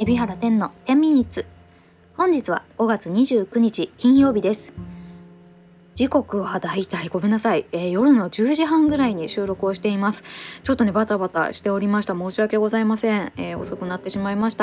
海老原天の10ミニッツ。本日は5月29日金曜日です。時刻はだいたいごめんなさい、夜の10時半ぐらいに収録をしています。ちょっとねバタバタしておりました。申し訳ございません。遅くなってしまいました。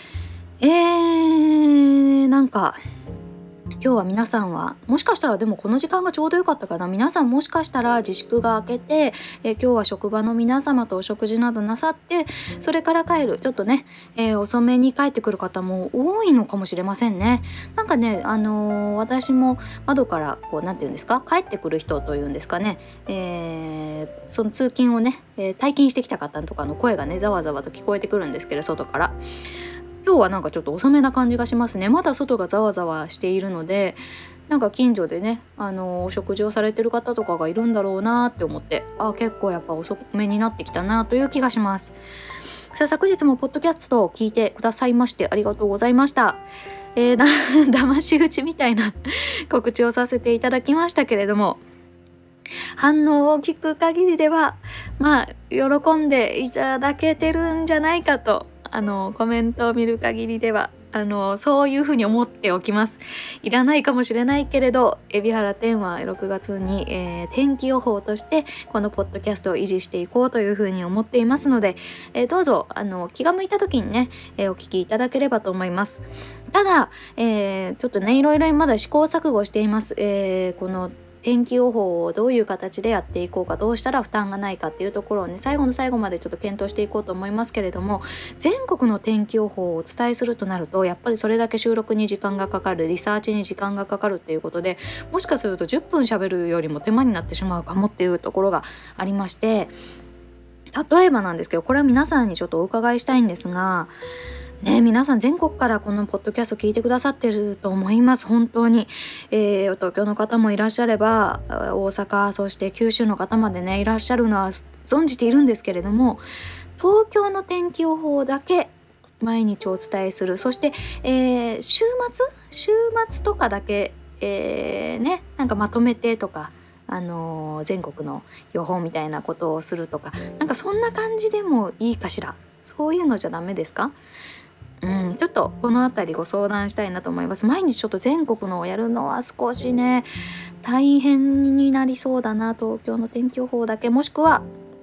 なんか今日は皆さんはもしかしたらでもこの時間がちょうどよかったかな。皆さんもしかしたら自粛が明けて、今日は職場の皆様とお食事などなさってそれから帰るちょっとね、遅めに帰ってくる方も多いのかもしれませんね。なんかね、私も窓からこうなんていうんですか、帰ってくる人というんですかね、その通勤をね、退勤してきた方とかの声がねざわざわと聞こえてくるんですけど、外から今日はなんかちょっと遅めな感じがしますね。まだ外がざわざわしているので、なんか近所でね、お食事をされてる方とかがいるんだろうなって思って、結構やっぱ遅めになってきたなという気がします。さあ、昨日もポッドキャストを聞いてくださいましてありがとうございました。騙し口みたいな告知をさせていただきましたけれども、反応を聞く限りでは喜んでいただけてるんじゃないかと、コメントを見る限りではそういうふうに思っておきます。いらないかもしれないけれど、海老原天は6月に、天気予報としてこのポッドキャストを維持していこうというふうに思っていますので、どうぞ気が向いた時にね、お聞きいただければと思います。ただ、ちょっとねいろいろまだ試行錯誤しています。この天気予報をどういう形でやっていこうか、どうしたら負担がないかっていうところをね最後の最後までちょっと検討していこうと思いますけれども、全国の天気予報をお伝えするとなるとやっぱりそれだけ収録に時間がかかる、リサーチに時間がかかるっていうことで、もしかすると10分喋るよりも手間になってしまうかもっていうところがありまして、例えばなんですけど、これは皆さんにちょっとお伺いしたいんですがね、皆さん全国からこのポッドキャスト聞いてくださってると思います。本当に、東京の方もいらっしゃれば大阪、そして九州の方までねいらっしゃるのは存じているんですけれども、東京の天気予報だけ毎日お伝えする。そして、週末とかだけ、なんかまとめてとか全国の予報みたいなことをするとか、なんかそんな感じでもいいかしら。そういうのじゃダメですか？ちょっとこのあたりご相談したいなと思います。毎日ちょっと全国のをやるのは少しね大変になりそうだな。東京の天気予報だけ、もしくは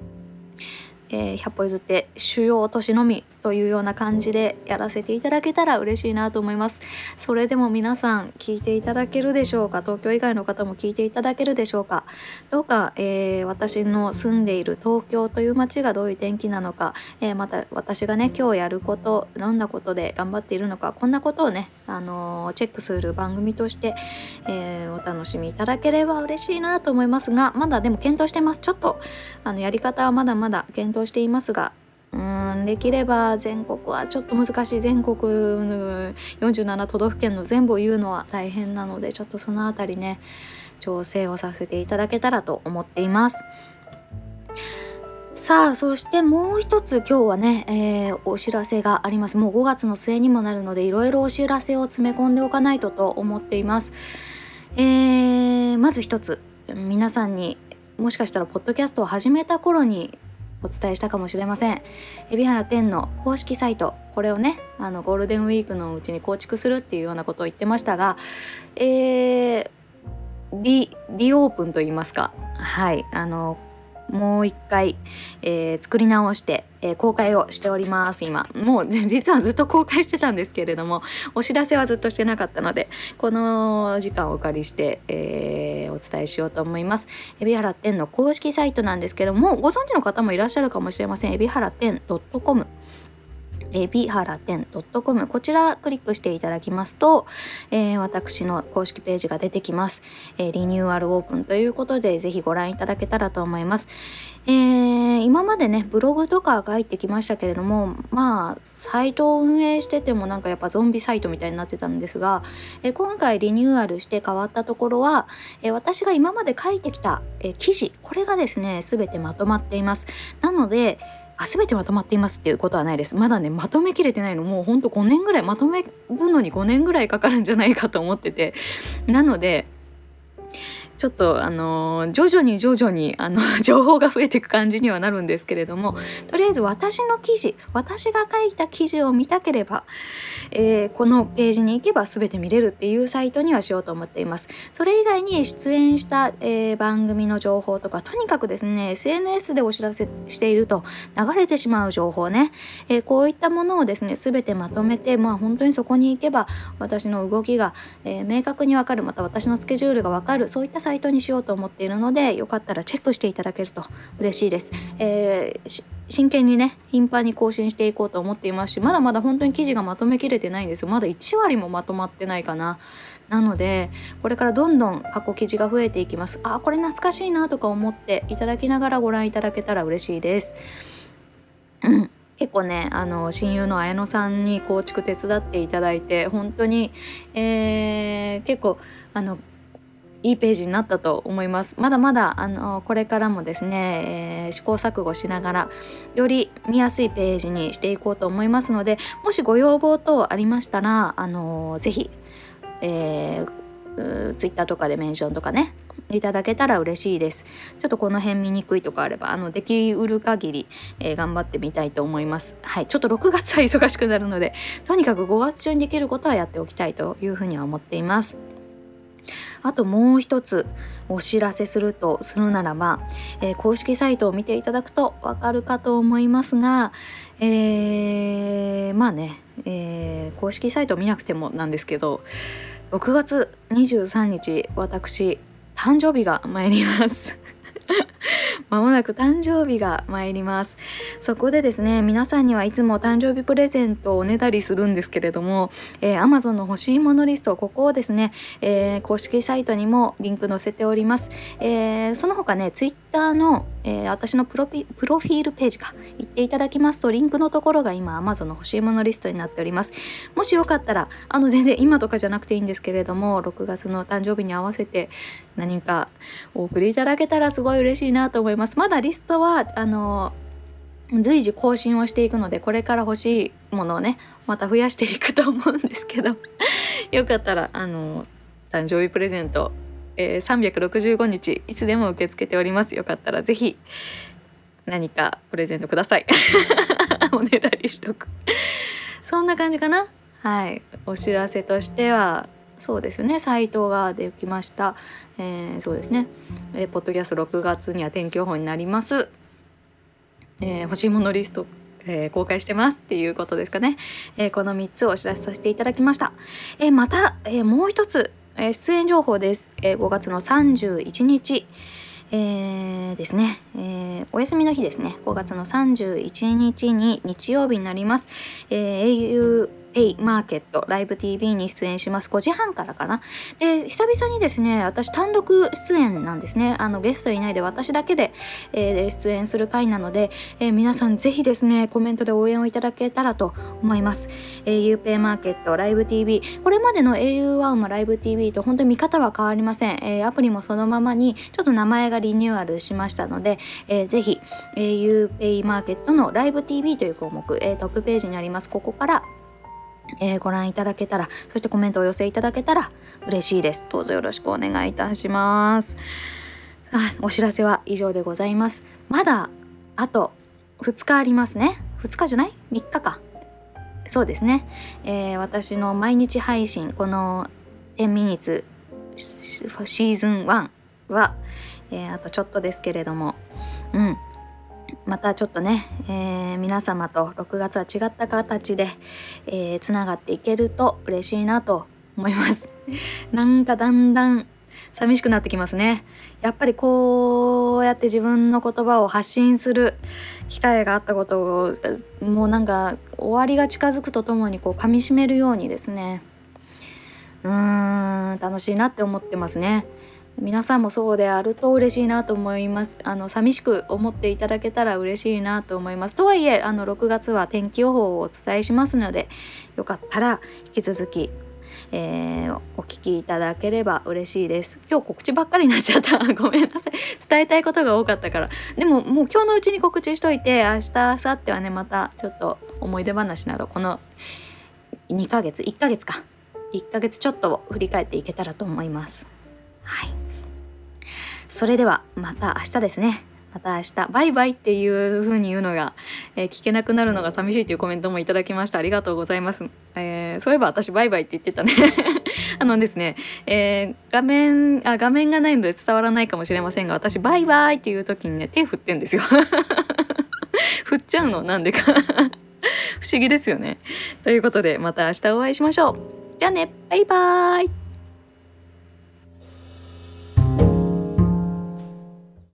100歩譲って主要都市のみというような感じでやらせていただけたら嬉しいなと思います。それでも皆さん聞いていただけるでしょうか？東京以外の方も聞いていただけるでしょうか？どうか、私の住んでいる東京という街がどういう天気なのか、また私がね今日やること、どんなことで頑張っているのか、こんなことをね、チェックする番組として、お楽しみいただければ嬉しいなと思いますが、まだでも検討してます。ちょっとやり方はまだまだ検討していますが、できれば全国はちょっと難しい。全国の47都道府県の全部を言うのは大変なので、ちょっとそのあたりね調整をさせていただけたらと思っています。さあ、そしてもう一つ今日はね、お知らせがあります。もう5月の末にもなるのでいろいろお知らせを詰め込んでおかないとと思っています。まず一つ、皆さんにもしかしたらポッドキャストを始めた頃にお伝えしたかもしれません。海老原天の公式サイト、これをねゴールデンウィークのうちに構築するっていうようなことを言ってましたが、リオープンと言いますか、はいもう一回、作り直して、公開をしております。今もう実はずっと公開してたんですけれども、お知らせはずっとしてなかったのでこの時間をお借りして、お伝えしようと思います。海老原天の公式サイトなんですけども、ご存知の方もいらっしゃるかもしれません。海老原天 .com、海老原天 .com、 こちらクリックしていただきますと、私の公式ページが出てきます。リニューアルオープンということでぜひご覧いただけたらと思います。今までねブログとか書いてきましたけれども、サイトを運営しててもなんかやっぱゾンビサイトみたいになってたんですが、今回リニューアルして変わったところは、私が今まで書いてきた、記事、これがですね全てまとまっています。なので全てまとまっていますっていうことはないです。まだねまとめきれてないの。もうほんと5年ぐらい、まとめるのに5年ぐらいかかるんじゃないかと思ってて、なのでちょっと徐々に情報が増えていく感じにはなるんですけれども、とりあえず私が書いた記事を見たければ、このページに行けば全て見れるっていうサイトにはしようと思っています。それ以外に出演した、番組の情報とか、とにかくですね SNS でお知らせしていると流れてしまう情報ね、こういったものをですね全てまとめて、本当にそこに行けば私の動きが、明確にわかる、また私のスケジュールがわかる、そういったサイトにしようと思っているので、よかったらチェックしていただけると嬉しいです。真剣にね頻繁に更新していこうと思っていますし、まだまだ本当に記事がまとめきれてないんですよ。まだ1割もまとまってないかな。なのでこれからどんどん過去記事が増えていきます。これ懐かしいなとか思っていただきながらご覧いただけたら嬉しいです。結構ね親友の綾乃さんに構築手伝っていただいて本当に、結構いいページになったと思います。まだまだこれからもですね、試行錯誤しながらより見やすいページにしていこうと思いますので、もしご要望等ありましたらぜひ、ツイッターとかでメンションとかねいただけたら嬉しいです。ちょっとこの辺見にくいとかあればできうる限り、頑張ってみたいと思います。ちょっと6月は忙しくなるので、とにかく5月中にできることはやっておきたいというふうには思っています。あともう一つお知らせするならば、公式サイトを見ていただくとわかるかと思いますが、公式サイトを見なくてもなんですけど、6月23日私誕生日が参りますまもなく誕生日が参ります。そこでですね、皆さんにはいつも誕生日プレゼントをねだりするんですけれども、Amazon の欲しいものリスト、ここをですね、公式サイトにもリンク載せております。その他ね Twitter の、私のプロフィールページか行っていただきますと、リンクのところが今 Amazon の欲しいものリストになっております。もしよかったら全然今とかじゃなくていいんですけれども、6月の誕生日に合わせて何かお送りいただけたらすごい嬉しいなと思います。まだリストは随時更新をしていくので、これから欲しいものをねまた増やしていくと思うんですけどよかったら誕生日プレゼント、365日いつでも受け付けております。よかったらぜひ何かプレゼントくださいおねだりしとくそんな感じかな。お知らせとしてはそうですね、サイトができました。そうですね、ポッドキャスト6月には天気予報になります。欲しいものリスト、公開してますっていうことですかね。この3つをお知らせさせていただきました。また、もう一つ、出演情報です。5月の31日ですね、お休みの日ですね。5月の31日に日曜日になります。auペイマーケットライブ TV に出演します。5時半からかな。で久々にですね、私単独出演なんですね。ゲストいないで私だけで、出演する回なので、皆さんぜひですねコメントで応援をいただけたらと思います。au ペイマーケットライブ TV、 これまでの au ワンもライブ TV と本当に見方は変わりません。アプリもそのままにちょっと名前がリニューアルしましたので、ぜひ au ペイマーケットのライブ TV という項目、トップページにあります。ここからご覧いただけたら、そしてコメントをお寄せいただけたら嬉しいです。どうぞよろしくお願いいたします。お知らせは以上でございます。まだあと2日ありますね。2日じゃない ?3 日か。そうですね、私の毎日配信、この10ミニッツシーズン1は、あとちょっとですけれども、またちょっとね、皆様と6月は違った形で、つながっていけると嬉しいなと思いますなんかだんだん寂しくなってきますね。やっぱりこうやって自分の言葉を発信する機会があったことを、もうなんか終わりが近づくとともに噛み締めるようにですね、楽しいなって思ってますね。皆さんもそうであると嬉しいなと思います。寂しく思っていただけたら嬉しいなと思います。とはいえ6月は天気予報をお伝えしますので、よかったら引き続き、お聞きいただければ嬉しいです。今日告知ばっかりになっちゃったごめんなさい。伝えたいことが多かったから。でももう今日のうちに告知しといて、明日明後日はねまたちょっと思い出話など、この1ヶ月ちょっとを振り返っていけたらと思います。 それではまた明日ですね。また明日バイバイっていう風に言うのが、聞けなくなるのが寂しいというコメントもいただきました。ありがとうございます。そういえば私バイバイって言ってたね。ですね、画面がないので伝わらないかもしれませんが、私バイバイっていう時にね手振ってんですよ。振っちゃうのなんでか不思議ですよね。ということでまた明日お会いしましょう。じゃあね、バイバイ。